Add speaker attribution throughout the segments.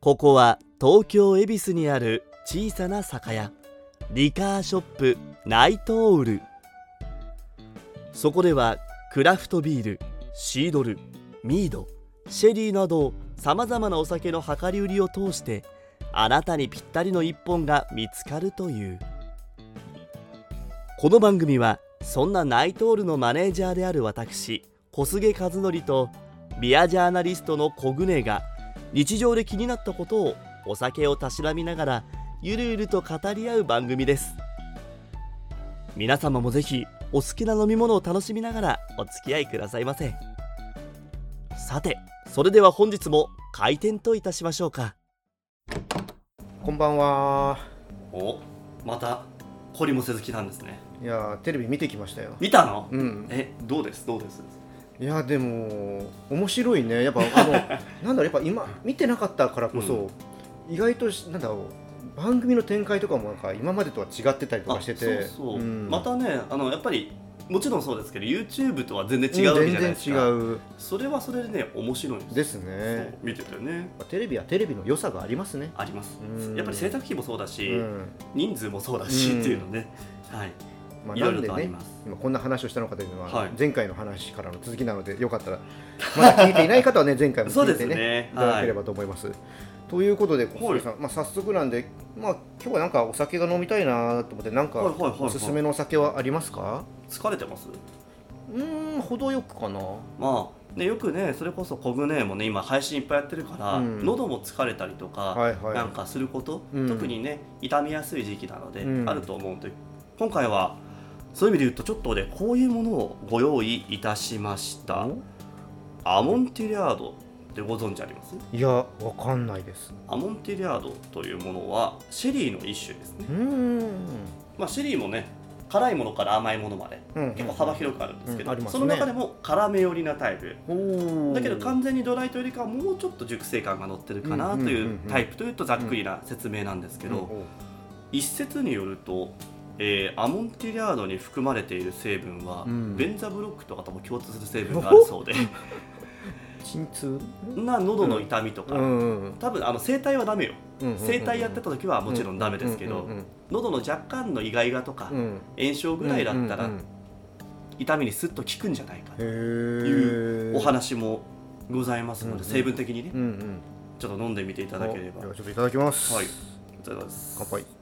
Speaker 1: ここは東京恵比寿にある小さな酒屋、リカーショップナイトオール。そこではクラフトビール、シードル、ミード、シェリーなどさまざまなお酒の量り売りを通してあなたにぴったりの一本が見つかるという。この番組はそんなナイトオールのマネージャーである私小菅和則とビアジャーナリストの小舟が日常で気になったことをお酒をたしなみながらゆるゆると語り合う番組です。皆様もぜひお好きな飲み物を楽しみながらお付き合いくださいませ。さて、それでは本日も開店といたしましょうか。
Speaker 2: こんばんは。
Speaker 1: お、また懲りもせず来たんですね。
Speaker 2: いやテレビ見てきましたよ。
Speaker 1: 見たの？
Speaker 2: うん。
Speaker 1: どうです？
Speaker 2: いやでも面白いね。やっぱなんだろう、やっぱ今見てなかったからこそ、意外となんだろう、番組の展開とかもなんか今までとは違ってたりとかしてて、
Speaker 1: そう、またね、やっぱりもちろんそうですけど YouTube とは全然違うわけじゃないですか。
Speaker 2: 全然違う。
Speaker 1: それはそれでね面白いん
Speaker 2: ですね。
Speaker 1: 見ててね、
Speaker 2: テレビはテレビの良さがありますね。
Speaker 1: あります。やっぱり制作費もそうだし、人数もそうだしっていうのね、はい、
Speaker 2: なんでね、今こんな話をしたのかというのは、前回の話からの続きなので、よかったらまだ聞いていない方はね前回も聞いてねいただければと思います。ということで小菅さん、早速なんで、今日はなんかお酒が飲みたいなと思って、なんかおすすめのお酒はありますか？
Speaker 1: 疲れてます？
Speaker 2: 程よくかな。
Speaker 1: よくね、それこそコグネもね今配信いっぱいやってるから、喉も疲れたりとか、なんかすること、特にね痛みやすい時期なので、あると思うんで、今回はそういう意味で言うとちょっとねこういうものをご用意いたしました。アモンティリアードってご存知あります？
Speaker 2: いや、わかんないです。
Speaker 1: アモンティリアードというものはシェリーの一種ですね。シェリーもね、辛いものから甘いものまで、結構幅広くあるんですけど、その中でも辛め寄りなタイプだけど、完全にドライというよりかはもうちょっと熟成感が乗ってるかなというタイプというとざっくりな説明なんですけど、一説によるとアモンティリアードに含まれている成分は、ベンザブロックとかとも共通する成分があるそうで
Speaker 2: 鎮痛
Speaker 1: な喉の痛みとか、多分声帯はダメよ、声帯やってた時はもちろんダメですけど、喉の若干のイガイガとか、炎症ぐらいだったら、痛みにスッと効くんじゃないかというお話もございますので、成分的にね、ちょっと飲んでみていただければ。
Speaker 2: ちょっといただきます。
Speaker 1: はい、いただきます。
Speaker 2: 乾杯。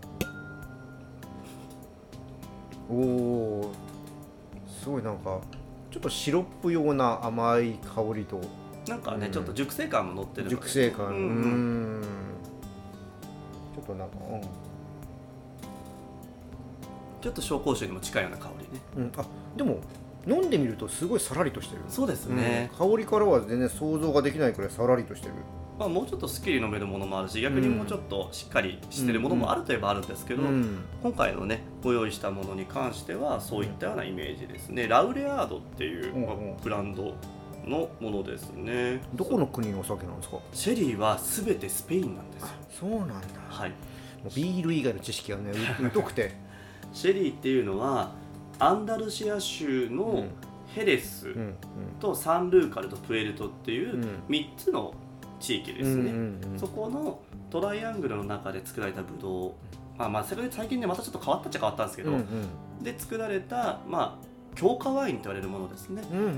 Speaker 2: おー、すごいなんかちょっとシロップような甘い香りと、
Speaker 1: なんかね、ちょっと熟成感も乗ってるので、
Speaker 2: 熟成感、ちょっとなんか、
Speaker 1: ちょっと紹興酒にも近いような香りね。
Speaker 2: でも飲んでみるとすごいさらりとしてる。
Speaker 1: そうですね、
Speaker 2: 香りからは全然想像ができないくらいさらりとしてる。
Speaker 1: もうちょっとすっきり飲めるものもあるし、逆にもうちょっとしっかりしてるものもあるといえばあるんですけど、今回のねご用意したものに関してはそういったようなイメージですね。ラウレアードっていう、ブランドのものですね。
Speaker 2: どこの国のお酒なんですか？
Speaker 1: シェリーはすべてスペインなんですよ。
Speaker 2: そうなんだ。
Speaker 1: はい。
Speaker 2: ビール以外の知識がね疎くて
Speaker 1: シェリーっていうのはアンダルシア州のヘレスとサンルーカルとプエルトっていう3つの地域ですね。そこのトライアングルの中で作られたブドウ、最近ねまたちょっと変わったっちゃ変わったんですけど、で作られた強化ワインと言われるものですね。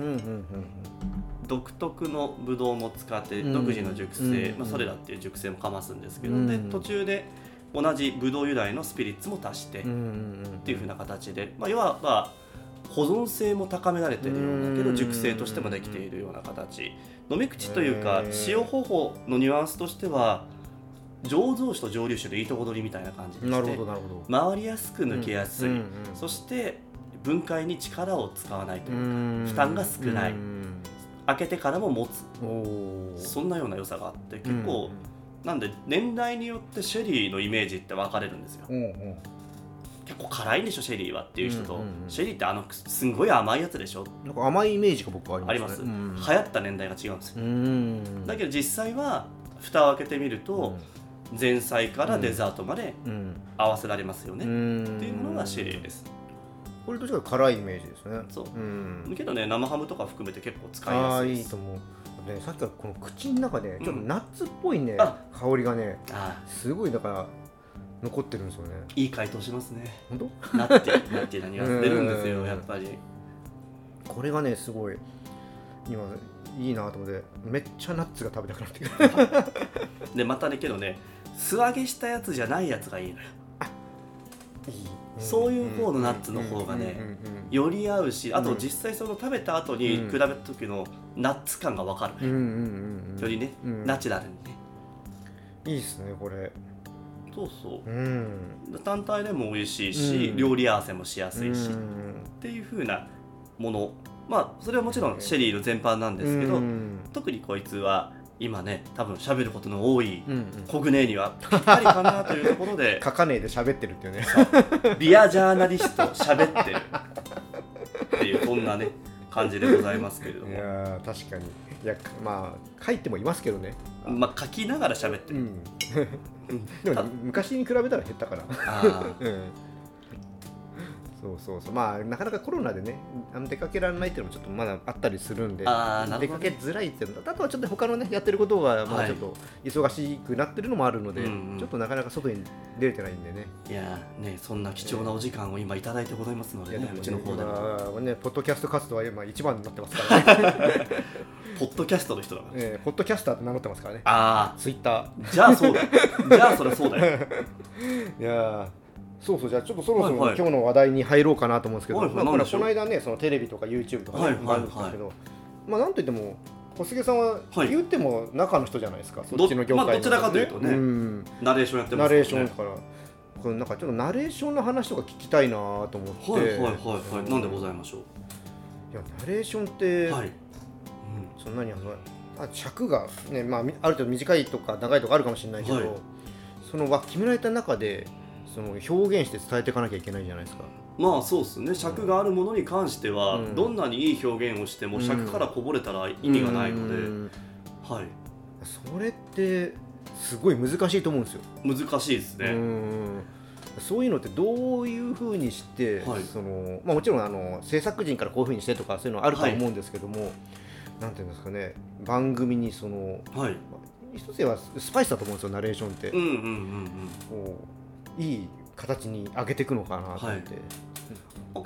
Speaker 1: 独特のブドウも使って独自の熟成、それらっていう熟成もかますんですけど、で途中で同じブドウ由来のスピリッツも足してっていう風な形で、要は保存性も高められているようだけど熟成としてもできているような形。飲み口というか使用方法のニュアンスとしては醸造酒と蒸留酒でいいとこ取りみたいな感じでして、回りやすく抜けやすい、そして分解に力を使わないというか負担が少ない、開けてからも持つ、そんなような良さがあって、結構なんで年代によってシェリーのイメージって分かれるんですよ。結構辛いんでしょシェリーはっていう人と、シェリーってすんごい甘いやつでしょ、
Speaker 2: なんか甘いイメージが僕はありますね。
Speaker 1: 流行った年代が違うんですよ。だけど実際は蓋を開けてみると、前菜からデザートまで合わせられますよねっていうものがシェリーです。
Speaker 2: これと違う辛いイメージですね。
Speaker 1: そう、けどね生ハムとか含めて結構使いやすいです。
Speaker 2: いいと思う。 ね、さっきからこの口の中でちょっとナッツっぽいね、香りがねすごいだから残ってるんですよね。
Speaker 1: いい回答しますね。
Speaker 2: 本当？
Speaker 1: ナッティなニュアンス出るんですよやっぱり。
Speaker 2: これがねすごい今いいなと思ってめっちゃナッツが食べたくなってくる
Speaker 1: でまたねけどね素揚げしたやつじゃないやつがいいのよ。そういう方のナッツの方がねより合うし、あと実際その食べた後に比べた時のナッツ感が分かる、よりね、ナチュラルにね
Speaker 2: いいっすねこれ。
Speaker 1: そうそう、単体でも美味しいし、料理合わせもしやすいし、っていう風なもの、まあそれはもちろんシェリーの全般なんですけど、特にこいつは今ね多分喋ることの多いコグネにはぴったりかなというところで
Speaker 2: 書かねえで喋ってるっていうね
Speaker 1: ビアジャーナリスト喋ってるっていうそんなね感じでございますけれども。
Speaker 2: いや確かにいやまあ書いてもいますけどね。
Speaker 1: まあ書きながら喋ってる、
Speaker 2: でも昔に比べたら減ったからそうまあなかなかコロナでね出かけられないっていうのもちょっとまだあったりするんで、出かけづらいっていうのと、あとはちょっと他のねやってることがまあちょっと忙しくなってるのもあるので、ちょっとなかなか外に出れてないんでね。
Speaker 1: いやねそんな貴重なお時間を今いただいてございますのでね、うちの方でも
Speaker 2: ねポッドキャスト活動は今一番になってますからね
Speaker 1: ポッドキャストの人だから、
Speaker 2: ポッドキャスターって名乗ってますからね。ツイッタ
Speaker 1: ーじゃあそうだじゃあそりゃそうだよ
Speaker 2: いやそうじゃあちょっとそろそろ今日の話題に入ろうかなと思うんですけど、この間ねそのテレビとか YouTube とかねあるんですけど、まあなんといっても小菅さんは言っても中の人じゃないですか、そっちの業界の。
Speaker 1: どちらかというとね、ナレーションやってますからね。
Speaker 2: ナレーションからこれなんかちょっとナレーションの話とか聞きたいなと思って。
Speaker 1: なんでございましょう。
Speaker 2: いやナレーションってそんなに尺がね、まあある程度短いとか長いとかあるかもしれないけど、その決められた中でその表現して伝えていかなきゃいけないじゃないですか。
Speaker 1: まあそうですね、尺があるものに関しては、どんなにいい表現をしても尺からこぼれたら意味がないので、
Speaker 2: それってすごい難しいと思うんですよ。
Speaker 1: 難しいですね。
Speaker 2: そういうのってどういうふうにして、そのもちろん制作陣からこういうふうにしてとかそういうのあると思うんですけども、なんていうんですかね、番組にその、一つはスパイスだと思うんですよ、ナレーションって。いい形に上げていくのかなと思って、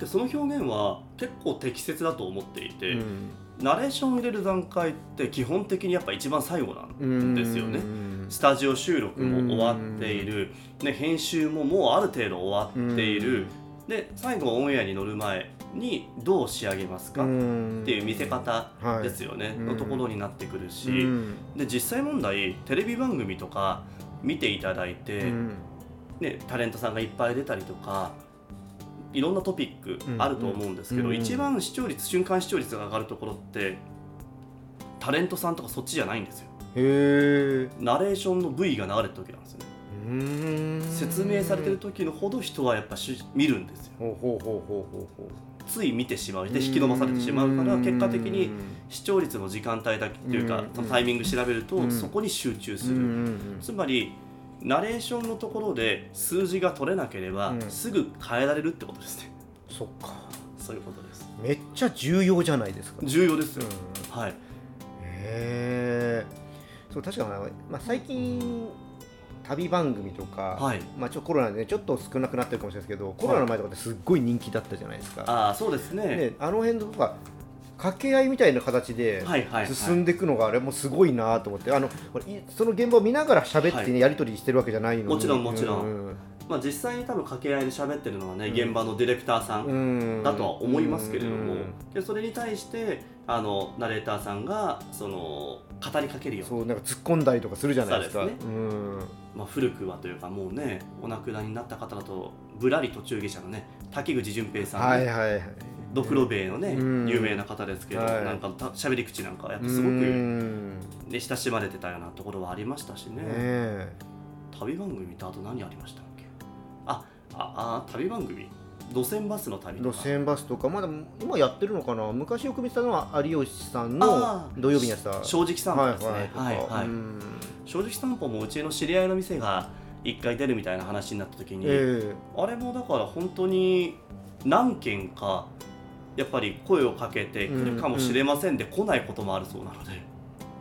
Speaker 1: その表現は結構適切だと思っていて、ナレーションを入れる段階って基本的にやっぱ一番最後なんですよね。スタジオ収録も終わっている、編集ももうある程度終わっている、で最後オンエアに乗る前にどう仕上げますかっていう見せ方ですよね、のところになってくるし、で実際問題テレビ番組とか見ていただいて、タレントさんがいっぱい出たりとかいろんなトピックあると思うんですけど、一番瞬間視聴率が上がるところってタレントさんとかそっちじゃないんですよ。ナレーションの V が流れた時なんですよね。説明されてる時のほど人はやっぱ見るんですよ。つい見てしまうで引き伸ばされてしまうから、結果的に視聴率の時間帯だけっていうか、そのタイミング調べるとそこに集中する。つまりナレーションのところで数字が取れなければ、すぐ変えられるってことですね。
Speaker 2: そっか、
Speaker 1: そういうことです。
Speaker 2: めっちゃ重要じゃないですか。
Speaker 1: 重要ですよ。
Speaker 2: そう確かに、最近旅番組とか、ちょっとコロナで、ね、ちょっと少なくなってるかもしれないですけど、コロナの前とかってすっごい人気だったじゃないですか。
Speaker 1: そうですね。
Speaker 2: あの辺とか掛け合いみたいな形で進んでいくのがあれもすごいなと思って、その現場を見ながら喋って、やり取りしてるわけじゃないのに。
Speaker 1: もちろん、実際に多分掛け合いで喋ってるのはね、現場のディレクターさんだとは思いますけれども、でそれに対してナレーターさんがその語りかけるよう
Speaker 2: になんか突っ込んだりとかするじゃないですか。
Speaker 1: 古くはというかもうねお亡くなりになった方だとぶらり途中下車のね滝口淳平さん、ドクロベイのね有名な方ですけど、なんか喋り口なんかやっぱすごく親しまれてたようなところはありましたしね。旅番組ってあと何ありましたっけ。旅番組、路線バスの旅とか。
Speaker 2: 路線バスとかまだ今やってるのかな。昔よく見てたのは有吉さんの土曜日にやってた
Speaker 1: 正直散歩ですね。正直散歩もうちの知り合いの店が1回出るみたいな話になった時に、あれもだから本当に何件かやっぱり声をかけてくるかもしれませんで、来ないこともあるそうなので。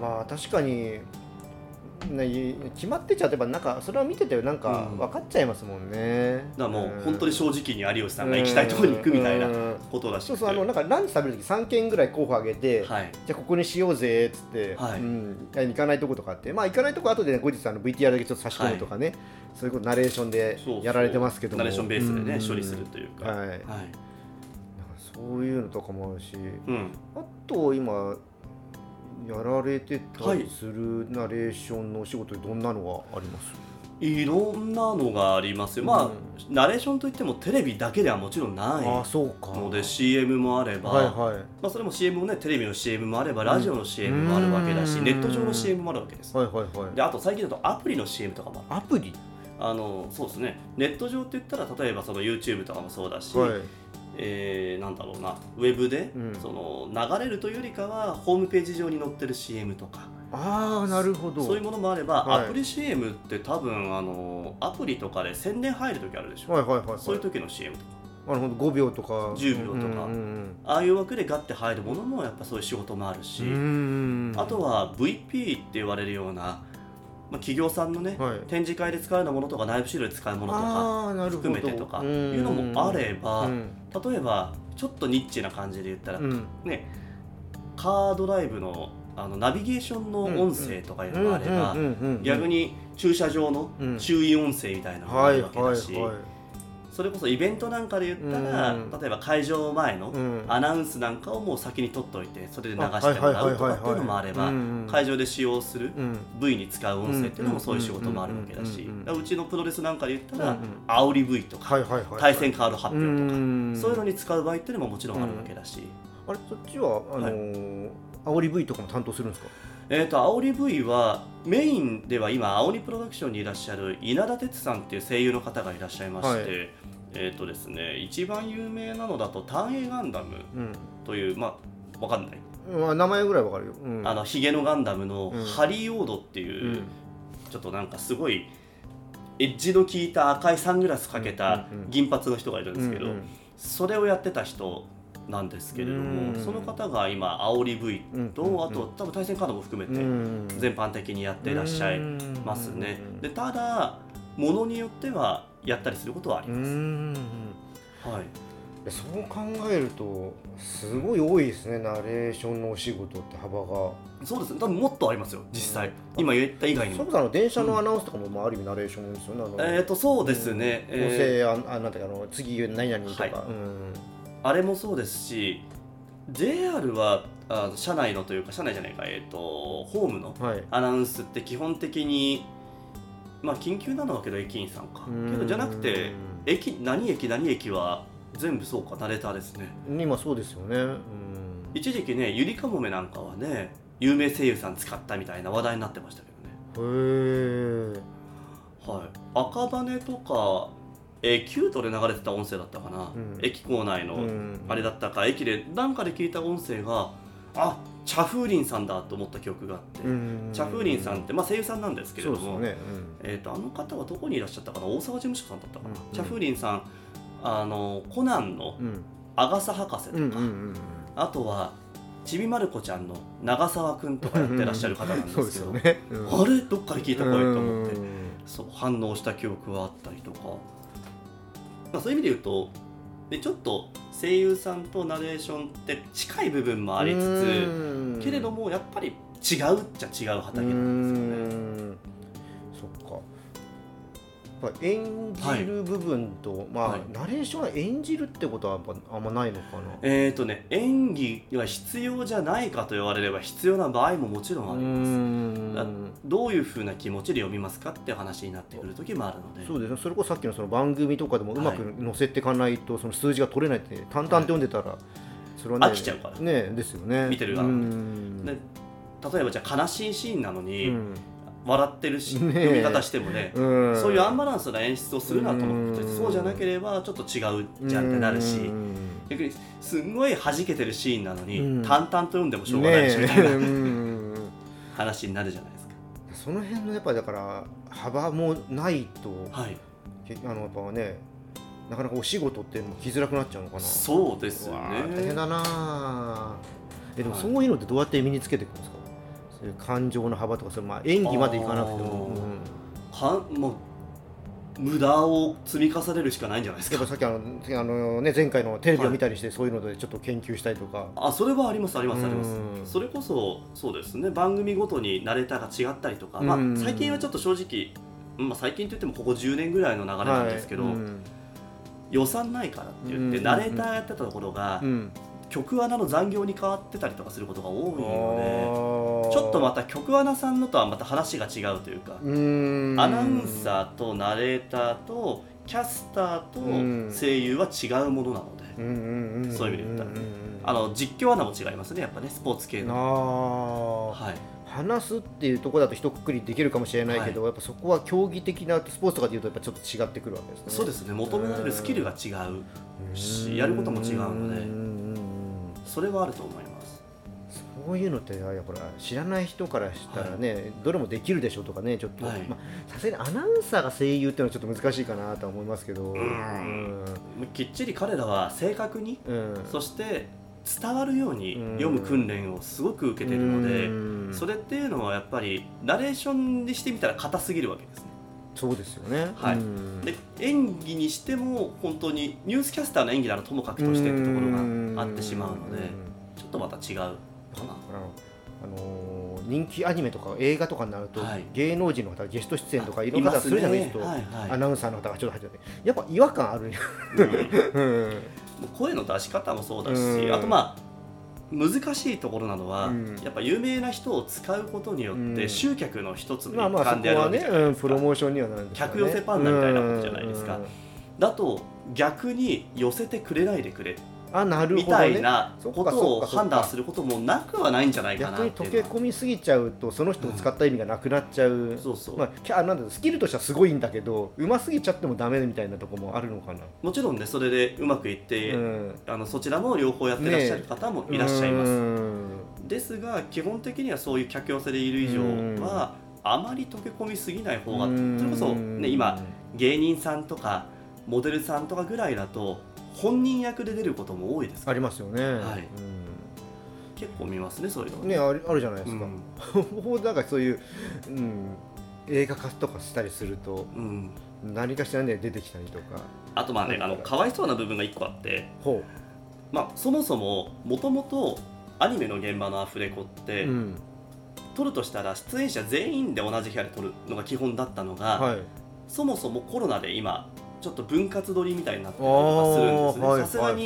Speaker 2: まあ確かにね、決まってちゃえばなんかそれは見ててなんか分かっちゃいますもんね、
Speaker 1: だからもう本当に正直に有吉さんが行きたいところに行くみたいなことらしくて、
Speaker 2: そうそう、なんかランチ食べるとき3軒ぐらい候補挙げて、
Speaker 1: はい、
Speaker 2: じゃあここにしようぜっつって、はい、行かないとことかあって、まあ行かないとこ後で、ね、後日VTR だけちょっと差し込むとかね、はい、そういうことナレーションでやられてますけども、
Speaker 1: ナレーションベースでね、処理するというか、
Speaker 2: はい、はい、そういうのとかもあるし、あと今やられてたりするナレーションのお仕事でどんなのがあります？
Speaker 1: いろんなのがありますよ。まあ、ナレーションといってもテレビだけではもちろんないので CM もあれば、まあ、それも CM もね、テレビの CM もあればラジオの CM もあるわけだし、ネット上の CM もあるわけです。で、あと最近だとアプリの CM とかもある。
Speaker 2: アプリ？
Speaker 1: そうですね。ネット上って言ったら例えばその YouTube とかもそうだし、なんだろうな、ウェブで、その流れるというよりかはホームページ上に載ってる CM とか、
Speaker 2: なるほど、
Speaker 1: そういうものもあれば、アプリ CM って多分アプリとかで宣伝入る時あるでしょ、そういう時の CM とか、
Speaker 2: なるほど、5秒とか
Speaker 1: 10秒とか、ああいう枠でガッて入るものもやっぱそういう仕事もあるし、あとは VP って言われるような、企業さんのね、展示会で使うようなものとか内部資料で使うものとか含めてとかいうのもあれば、例えばちょっとニッチな感じで言ったら、ね、カードライブのナビゲーションの音声とかいうのがあれば、逆に駐車場の注意音声みたいなのがあるわけだし、それこそイベントなんかで言ったら、例えば会場前のアナウンスなんかをもう先に取っておいてそれで流してもらうとかっていうのもあれば、会場で使用する V に使う音声っていうのもそういう仕事もあるわけだし、うちのプロレスなんかで言ったら煽り V とか対戦カード発表とか、そういうのに使う場合っていうのももちろんあるわけだし、
Speaker 2: あれ、そっちは煽り V とかも担当するんですか？
Speaker 1: 煽り V はメインでは今煽りプロダクションにいらっしゃる稲田哲さんっていう声優の方がいらっしゃいまして、ですね、一番有名なのだと単影ガンダムという、わかんない、
Speaker 2: 名前ぐらいわかるよ、
Speaker 1: ヒゲのガンダムのハリー・オードっていう、ちょっとなんかすごいエッジの効いた赤いサングラスかけた銀髪の人がいるんですけど、それをやってた人なんですけれども、その方が今煽り V と、あと多分対戦カードも含めて全般的にやっていらっしゃいますね。で、ただものによってはやったりすることはあります。はい。
Speaker 2: そう考えるとすごい多いですね、ナレーションのお仕事って幅が。
Speaker 1: そうですね、多分もっとありますよ実際、今言った以外にも。
Speaker 2: それこそ電車のアナウンスとかもある意味ナレーションですよね。
Speaker 1: そうですね、
Speaker 2: なんていうか次何々とか、
Speaker 1: あれもそうですし、 JR は車内のというか、車内じゃないか、ホームのアナウンスって基本的に、緊急なのはけど駅員さんかけどじゃなくて、何駅は全部そうか、ナレーターですね。
Speaker 2: 今そうですよね。
Speaker 1: 一時期ね、ゆりかもめなんかはね、有名声優さん使ったみたいな話題になってましたけどね。はい、赤羽とかキュートで流れてた音声だったかな、駅構内のあれだったか、駅でなんかで聞いた音声が、チャフーリンさんだと思った記憶があって、チャフーリンさんって声優さんなんですけれども、あの方はどこにいらっしゃったかな、大沢事務所さんだったかな。チャフーリンさん、コナンのアガサ博士とか、あとはちびまる子ちゃんの長澤くんとかやってらっしゃる方なんですけど、あれどっかで聞いた声と思って、そう反応した記憶はあったりとか、そういう意味で言うと、ちょっと声優さんとナレーションって近い部分もありつつ、けれどもやっぱり違うっちゃ違う畑なんですよね。
Speaker 2: そっか。演じる部分と、ナレーションは演じるってことはあんまないのかな。
Speaker 1: 演技が必要じゃないかと言われれば必要な場合ももちろんあります。どういうふうな気持ちで読みますかっていう話になってくる時もあるので。
Speaker 2: そうですね。それこそさっきのその番組とかでもうまく載せていかないとその数字が取れないって淡々と読んでたら、それはね、
Speaker 1: 飽きちゃうから
Speaker 2: ね、ですよね。
Speaker 1: 見てる側で、例えばじゃあ悲しいシーンなのに、笑ってるし、読み方してもね、そういうアンバランスな演出をするなと思って、そうじゃなければちょっと違うじゃんってなるし、逆にすごい弾けてるシーンなのに、淡々と読んでもしょうがないしみたいな話になるじゃないですか。
Speaker 2: その辺のやっぱりだから幅もないと、やっぱね、なかなかお仕事って来づらくなっちゃうのかな。
Speaker 1: そうですよね。
Speaker 2: 大変だな。でもそういうのってどうやって身につけていくんですか？ そういう感情の幅とか演技までいかなくても、
Speaker 1: もう無駄を積み重ねるしかないんじゃないですか。
Speaker 2: やっぱさっき前回のテレビを見たりして、そういうのでちょっと研究したりとか、
Speaker 1: それはありますありますあります。それこそそうですね、番組ごとにナレーターが違ったりとか、最近はちょっと正直、最近といってもここ10年ぐらいの流れなんですけど、予算ないからって言ってナレーターやってたところが、局アナの残業に変わってたりとかすることが多いので、ちょっとまた局アナさんのとはまた話が違うというか、アナウンサーとナレーターとキャスターと声優は違うものなので、そういう意味で言ったら実況アナも違いますね、やっぱね、スポーツ系の。
Speaker 2: 話すっていうところだと一括りできるかもしれないけど、やっぱそこは競技的なスポーツとかでいうとやっぱちょっと違ってくるわけですね。
Speaker 1: そうですね、求められるスキルが違うし、やることも違うので、それはあると思います。
Speaker 2: そういうのってほら知らない人からしたらね、どれもできるでしょうとかね、ちょっとさすがにアナウンサーが声優っていうのはちょっと難しいかなとは思いますけど、
Speaker 1: きっちり彼らは正確に、そして伝わるように読む訓練をすごく受けているので、それっていうのはやっぱりナレーションにしてみたら硬すぎるわけですね。
Speaker 2: そうですよね。
Speaker 1: で演技にしても本当にニュースキャスターの演技ならともかくとしてってところがあってしまうので、ちょっとまた違うかな。
Speaker 2: 人気アニメとか映画とかになると、芸能人の方がゲスト出演とかいろんな方するじゃないですか、アナウンサーの方がちょっと入ってて、やっぱ違和感あるね。
Speaker 1: 声の出し方もそうだし、あと難しいところなのは、やっぱ有名な人を使うことによって集客の一つの一環であるわけじゃないですか。
Speaker 2: プロモーションにはなるんです
Speaker 1: からね、客寄せパンダみたいなことじゃないですか。だと逆に寄せてくれないでくれみたいなことを判断することもなくはないんじゃないかなっていう。
Speaker 2: 逆に溶け込みすぎちゃうとその人を使った意味がなくなっちゃう。なんだスキルとしてはすごいんだけど、うますぎちゃってもダメみたいなところもあるのかな。
Speaker 1: もちろんね、それでうまくいって、そちらも両方やってらっしゃる方もいらっしゃいます。ですが基本的にはそういう客寄せでいる以上はあまり溶け込みすぎない方が、それこそね、今芸人さんとかモデルさんとかぐらいだと本人役で出ることも多いですから。
Speaker 2: ありますよね。
Speaker 1: 結構見ますね、そういうの
Speaker 2: ね。あるじゃないですか。なんかそういう、映画化とかしたりすると、何かしらね出てきたりとか。
Speaker 1: あとかわいそうな部分が1個あって、そもそももともとアニメの現場のアフレコって、撮るとしたら出演者全員で同じ部屋で撮るのが基本だったのが、そもそもコロナで今ちょっと分割撮りみたいになってたりとかするんですね。さすがに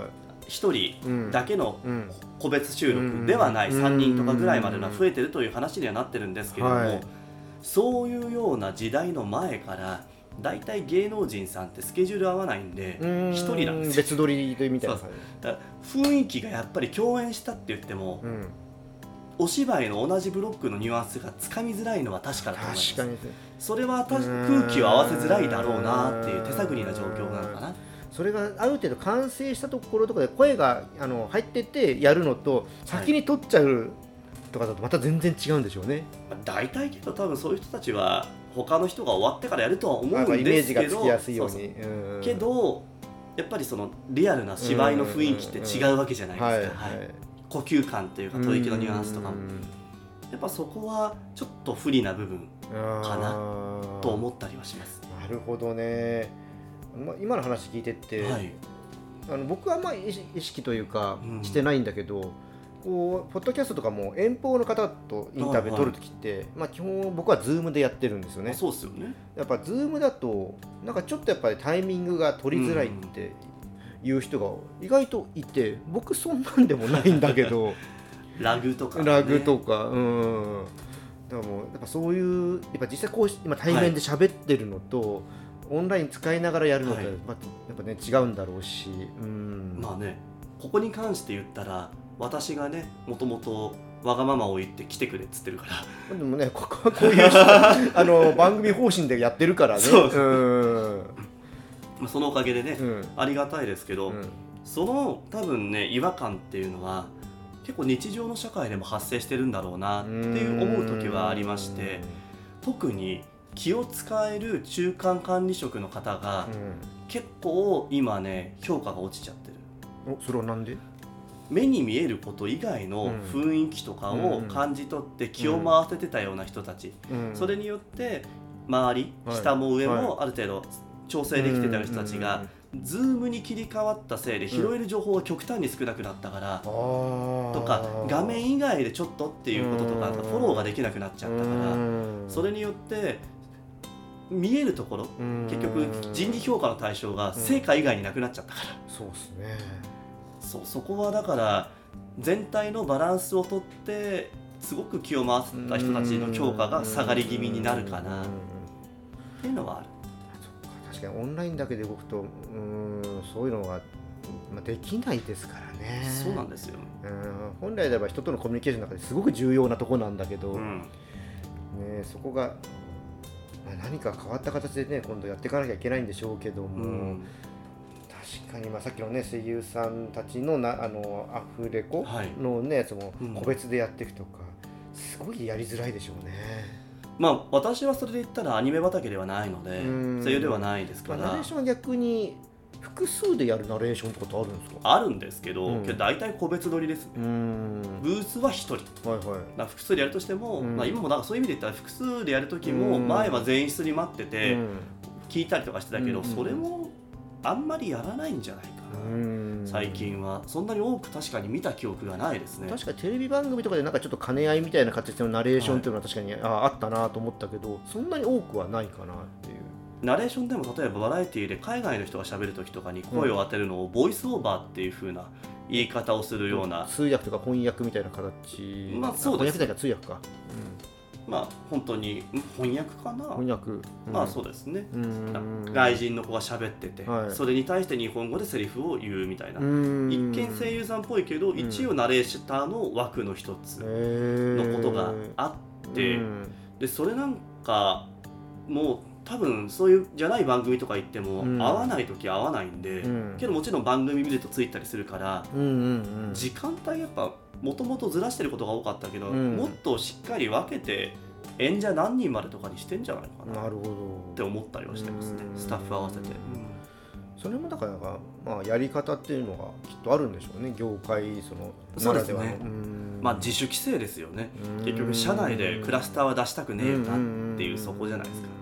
Speaker 1: 1人だけの個別収録ではない3人とかぐらいまでが増えてるという話にはなってるんですけれども、そういうような時代の前からだいたい芸能人さんってスケジュール合わないんで1人なんですよ。
Speaker 2: 別撮りみたいな感
Speaker 1: じ。雰囲気がやっぱり共演したって言っても、お芝居の同じブロックのニュアンスがつかみづらいのは確かだと思います。それは空気を合わせづらいだろうなっていう手探りな状況なのかな。
Speaker 2: それがある程度完成したところとかで声が入っててやるのと、先に撮っちゃうとかだとまた全然違うんでしょうね。
Speaker 1: 大体けど多分そういう人たちは他の人が終わってからやるとは思うんですけど、
Speaker 2: イメージがつきやすいように。
Speaker 1: けどやっぱりそのリアルな芝居の雰囲気って違うわけじゃないですか。呼吸感というか吐息のニュアンスとかも、やっぱそこはちょっと不利な部分かなと思ったりはします。
Speaker 2: なるほどね。今の話聞いてって、僕は意識というかしてないんだけど、ポッドキャストとかも遠方の方とインタビュー取るときって、基本僕はZoomでやってるんですよね。
Speaker 1: そうですよね。
Speaker 2: やっぱZoomだとなんかちょっとやっぱりタイミングが取りづらいっていう人が意外といて、僕そんなんでもないんだけど
Speaker 1: ラグとか、
Speaker 2: だからもうやっぱそういうやっぱ実際こう今対面で喋ってるのと、オンライン使いながらやるのとやっぱね違うんだろうし、
Speaker 1: ここに関して言ったら私がねもともとわがままを言って来てくれっつってるから。
Speaker 2: でもね、ここはこういう人番組方針でやってるからね。
Speaker 1: そのおかげでね、ありがたいですけど、その多分ね違和感っていうのは結構日常の社会でも発生してるんだろうなっていう思う時はありまして、特に気を使える中間管理職の方が結構今ね評価が落ちちゃってる。
Speaker 2: それはなんで？
Speaker 1: 目に見えること以外の雰囲気とかを感じ取って気を回せてたような人たち、それによって周り、下も上もある程度調整できてたような人たちがズームに切り替わったせいで拾える情報が極端に少なくなったからとか、画面以外でちょっとっていうこととかフォローができなくなっちゃったから、それによって見えるところ、結局人事評価の対象が成果以外になくなっちゃったから、
Speaker 2: そうですね。
Speaker 1: そこはだから全体のバランスをとってすごく気を回った人たちの評価が下がり気味になるかなっていうのはある。
Speaker 2: 確かにオンラインだけで動くとそういうのはできないですからね。
Speaker 1: そうなんですよ。
Speaker 2: 本来であれば人とのコミュニケーションの中ですごく重要なところなんだけど、そこが何か変わった形でね今度やっていかなきゃいけないんでしょうけども、確かにさっきのね声優さんたちのアフレコのねやつも個別でやっていくとか、すごいやりづらいでしょうね。
Speaker 1: 私はそれで言ったらアニメ畑ではないので声優ではないですから、
Speaker 2: ナレーションは逆に複数でやるナレーションってことあるんですか？
Speaker 1: あるんですけど、大体個別撮りですね。ブースは1人、複数でやるとしても、今もそういう意味で言ったら複数でやるときも前は全員室に待ってて聞いたりとかしてたけど、それもあんまりやらないんじゃないかな。最近はそんなに多く確かに見た記憶がないですね。
Speaker 2: 確かにテレビ番組とかでちょっと兼ね合いみたいな形のナレーションっていうのは確かにあったなと思ったけど、そんなに多くはないかなっていう。
Speaker 1: ナレーションでも例えばバラエティで海外の人が喋るときとかに声を当てるのをボイスオーバーっていう風な言い方をするような、
Speaker 2: 通訳とか翻訳みたいな形、
Speaker 1: そうです。
Speaker 2: 翻訳だから通訳か、
Speaker 1: 本当に翻訳かな。
Speaker 2: 翻訳、
Speaker 1: そうですね。外人の子が喋ってて、それに対して日本語でセリフを言うみたいな、一見声優さんっぽいけど、一応ナレーターの枠の一つのことがあって、でそれなんかもう多分そういうじゃない番組とか行っても、合わない時合わないんで、けどもちろん番組見るとついたりするから、時間帯やっぱもともとずらしてることが多かったけど、もっとしっかり分けて演者何人までとかにしてんじゃないかなって思ったりはしてますね。スタッフ合わせて、
Speaker 2: それもだからやり方っていうのがきっとあるんでしょうね、業界ならではの。
Speaker 1: 自主規制ですよね。結局社内でクラスターは出したくねえかっていうそこじゃないですか。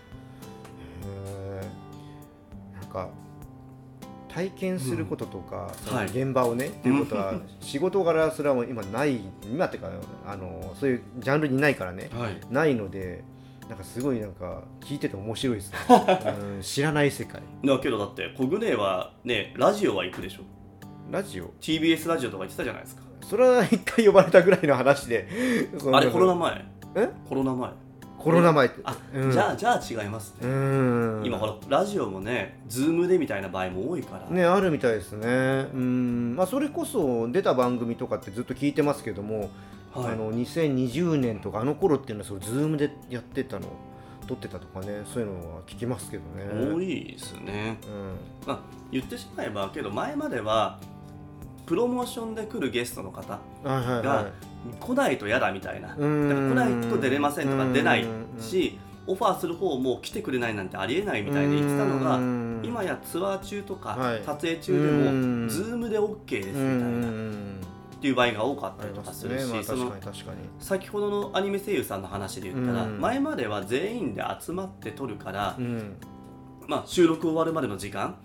Speaker 2: 体験することとか、現場をねっていうことは仕事柄それはもう今ない今っていうかそういうジャンルにないからね、ないのですごい聞いてて面白いですね。知らない世界
Speaker 1: だけど、だってコグネはねラジオは行くでしょ。
Speaker 2: ラジオ
Speaker 1: TBS ラジオとか言ってたじゃないですか。
Speaker 2: それは一回呼ばれたぐらいの話で
Speaker 1: あれコロナ前コロナ前ってじゃあ違いますね。今ほらラジオもねズームでみたいな場合も多いから
Speaker 2: ね、あるみたいですね。それこそ出た番組とかってずっと聞いてますけども、2020年とか頃っていうのはそれズームでやってたの撮ってたとかね、そういうのは聞きますけどね。
Speaker 1: 多いですね。言ってしまえばけど前まではプロモーションで来るゲストの方が来ないと嫌だみたいな、だから来ないと出れませんとか出ないし、オファーする方も来てくれないなんてありえないみたいに言ってたのが、今やツアー中とか撮影中でもズームで OK ですみたいなっていう場合が多かったりとかするし、先ほどのアニメ声優さんの話で言ったら、前までは全員で集まって撮るから、収録終わるまでの時間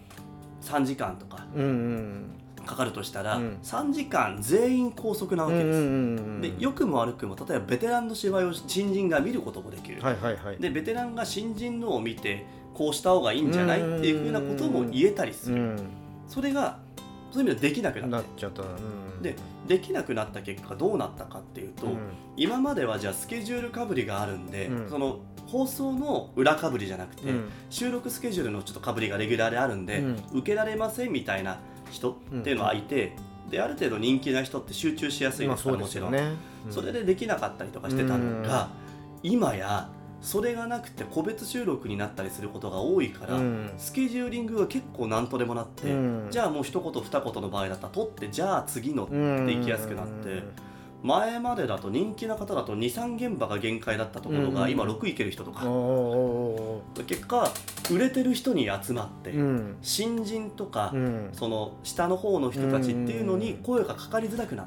Speaker 1: 3時間とかかかるとしたら、3時間全員拘束なわけです。で良くも悪くも例えばベテランの芝居を新人が見ることもできる、でベテランが新人のを見てこうした方がいいんじゃないっていうふうなことも言えたりする、それがそういう意味でできなくなっちゃった、できなくなった結果どうなったかっていうと、今まではじゃあスケジュールかぶりがあるんで、その放送の裏かぶりじゃなくて、収録スケジュールのちょっとかぶりがレギュラーであるんで、受けられませんみたいな人っていうのはいて、である程度人気な人って集中しやすいですから、もちろんそれでできなかったりとかしてたのが、今やそれがなくて個別収録になったりすることが多いから、スケジューリングが結構なんとでもなって、じゃあもう一言二言の場合だったら取って、じゃあ次のっていきやすくなって、 前までだと人気な方だと 2,3 現場が限界だったところが今6いける人とか、結果売れてる人に集まって、新人とか、その下の方の人たちっていうのに声がかかりづらくなった。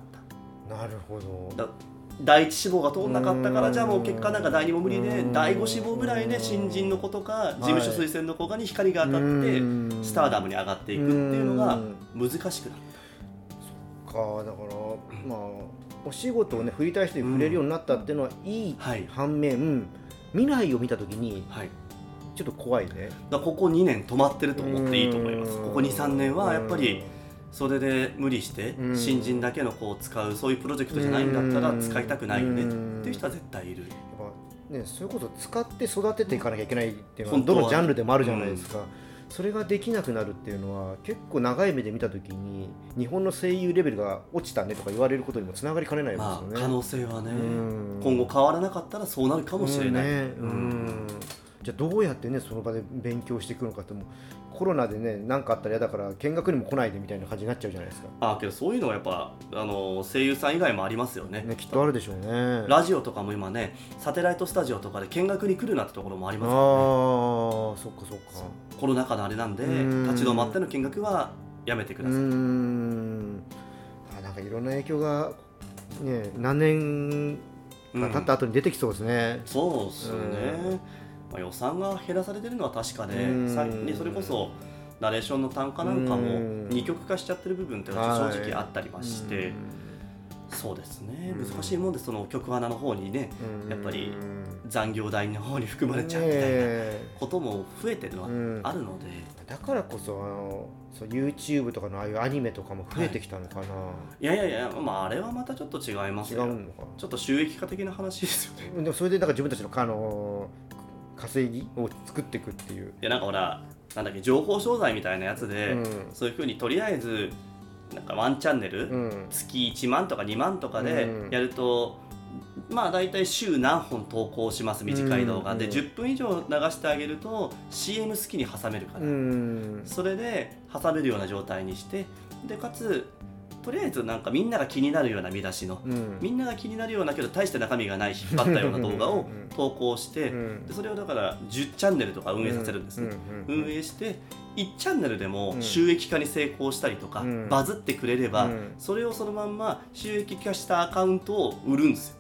Speaker 2: なるほど。
Speaker 1: 第一志望が通んなかったから、じゃあもう結果なんか第二も無理で、第五志望ぐらいで新人の子とか事務所推薦の子がに光が当たってスターダムに上がっていくっていうのが難しくなった。そ
Speaker 2: っか、だからまあお仕事をね振りたい人に触れるようになったっていうのはいい反面、未来を見たときにちょっと怖いね。
Speaker 1: だここ2年止まってると思っていいと思います。ここ 2,3 年はやっぱりそれで無理して新人だけの子を使うそういうプロジェクトじゃないんだったら使いたくないよねっていう人は絶対いる。やっ
Speaker 2: ぱ、ね、それこそ使って育てていかなきゃいけないっていうのはどのジャンルでもあるじゃないですか。それができなくなるっていうのは結構長い目で見たときに日本の声優レベルが落ちたねとか言われることにもつながりかねないですよね。
Speaker 1: 可能性はね、今後変わらなかったらそうなるかもしれない。
Speaker 2: じゃあどうやってねその場で勉強していくのかって、もコロナでね何かあったら嫌だから見学にも来ないでみたいな感じになっちゃうじゃないですか。
Speaker 1: けどそういうのはやっぱ声優さん以外もありますよ ね。
Speaker 2: きっとあるでしょうね。
Speaker 1: ラジオとかも今ねサテライトスタジオとかで見学に来るなってところもありますよ
Speaker 2: ね。そっかそっか。
Speaker 1: コロナ禍のあれなんで立ち止まっての見学はやめてください。
Speaker 2: なんかいろんな影響が、ね、何年か経った後に出てきそうですね。
Speaker 1: そうですね。予算が減らされてるのは確かで、それこそナレーションの単価なんかも二極化しちゃってる部分って正直あったりまして、そうですね、難しいもんで、その曲穴の方にねやっぱり残業代の方に含まれちゃうみたいなことも増えてるのはあるので、
Speaker 2: だからこそYouTube とかのああいうアニメとかも増えてきたのかな。
Speaker 1: いや、あれはまたちょっと違いますよ。違うのか。ちょっと収益化的な話ですよね。
Speaker 2: でもそれでなんか自分たちの稼ぎを作っていくっていう。
Speaker 1: いやなんかほらなんだっけ情報商材みたいなやつで、そういう風にとりあえずなんかワンチャンネル、月1万とか2万とかでやると、まあ大体週何本投稿します短い動画で、10分以上流してあげると CM 好きに挟めるから、それで挟めるような状態にして、でかつとりあえずなんかみんなが気になるような見出しの、みんなが気になるようなけど大して中身がない引っ張ったような動画を投稿して、でそれをだから10チャンネルとか運営させるんですね。運営して1チャンネルでも収益化に成功したりとか、バズってくれれば、それをそのまんま収益化したアカウントを売るんです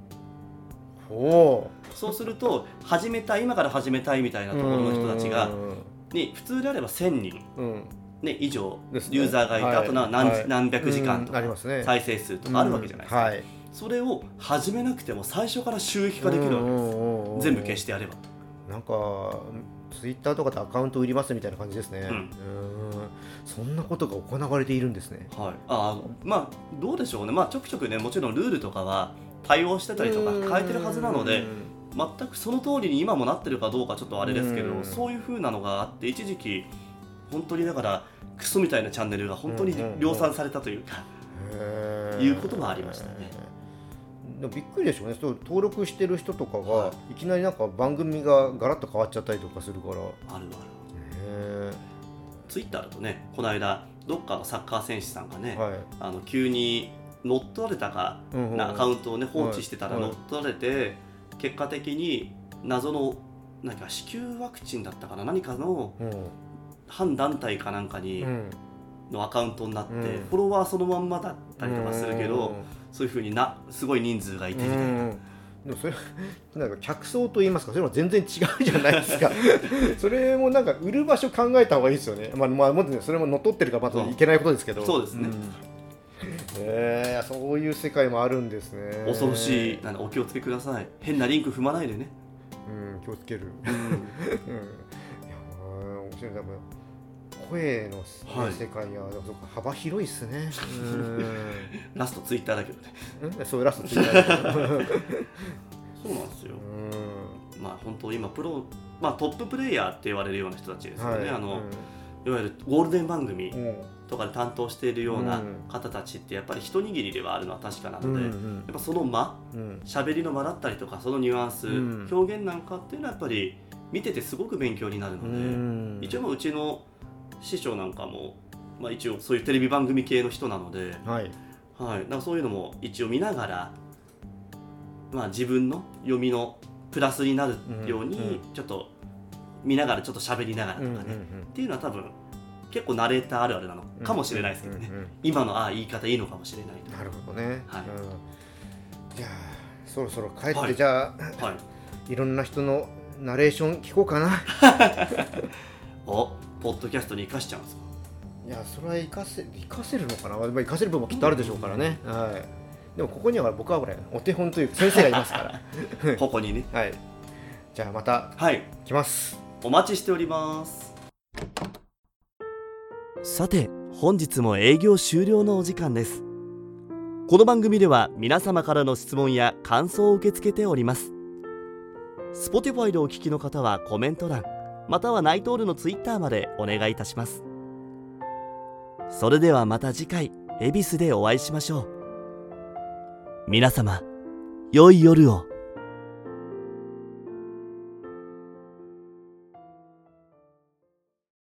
Speaker 1: よ。そうすると今から始めたいみたいなところの人たちが、普通であれば1000人、以上ユーザーがいて、あと何百時間とか再生数とかあるわけじゃないですか。それを始めなくても最初から収益化できるわけです。全部消してやれば。
Speaker 2: なんかツイッターとかでアカウント売りますみたいな感じですね。そんなことが行われているんですね。
Speaker 1: まあどうでしょうね。ちょくちょくね、もちろんルールとかは対応してたりとか変えてるはずなので、全くその通りに今もなってるかどうかちょっとあれですけど、そういう風なのがあって、一時期本当にだからクソみたいなチャンネルが本当に量産されたというか、いうこともありましたね。
Speaker 2: でもびっくりでしょうね。登録してる人とかが、いきなりなんか番組がガラッと変わっちゃったりとかするから。
Speaker 1: ツイッターだとね、この間どっかのサッカー選手さんがね、急に乗っ取られたかなアカウントをね放置してたら乗っ取られて、結果的に謎のなんか子宮ワクチンだったかな、何かの反団体かなんかにのアカウントになって、フォロワーそのまんまだったりとかするけど、そういう風にすごい人数がいてみたいな。
Speaker 2: でもそれなんか客層といいますか、それも全然違うじゃないですか。それもなんか売る場所考えた方がいいですよね。それも乗っ取ってるからまたいけないことですけど。
Speaker 1: そうですね。
Speaker 2: そういう世界もあるんですね。
Speaker 1: 恐ろしい。お気をつけください。変なリンク踏まないでね。
Speaker 2: 気をつける。いや面白い。声の世界や幅広いですね。
Speaker 1: ラストツイッターだけどね。
Speaker 2: そう、ラストツイッターだけど。
Speaker 1: そうなんですよ。本当今トッププレイヤーって言われるような人たちですよね。いわゆるゴールデン番組とかで担当しているような方たちってやっぱり一握りではあるのは確かなので、やっぱその間、喋りの間だったりとかそのニュアンス、表現なんかっていうのはやっぱり見ててすごく勉強になるので、一応うちの師匠なんかも、一応そういうテレビ番組系の人なので、 はい、だからそういうのも一応見ながら、まあ、自分の読みのプラスになるようにちょっと見ながらちょっと喋りながらとかね、っていうのは多分結構ナレーターあるあるなのかもしれないですけどね、今の言い方いいのかもしれないと。
Speaker 2: なるほどね、はい、じゃあそろそろ帰って、はい、じゃあ、はい、いろんな人のナレーション聞こうかな
Speaker 1: お、ポッドキャストに生かしちゃうんですか。
Speaker 2: いや、それは生かせるのかな。生かせる部分もきっとあるでしょうからね、はい、でもここには僕はこれお手本という先生がいますから
Speaker 1: ここにね、
Speaker 2: はい、じゃあまた来ます、
Speaker 1: お待ちしております。さて本日も営業終了のお時間です。この番組では皆様からの質問や感想を受け付けております。 Spotify でお聞きの方はコメント欄またはナイトールの Twitter までお願いいたします。それではまた次回恵比寿でお会いしましょう。皆様良い夜を。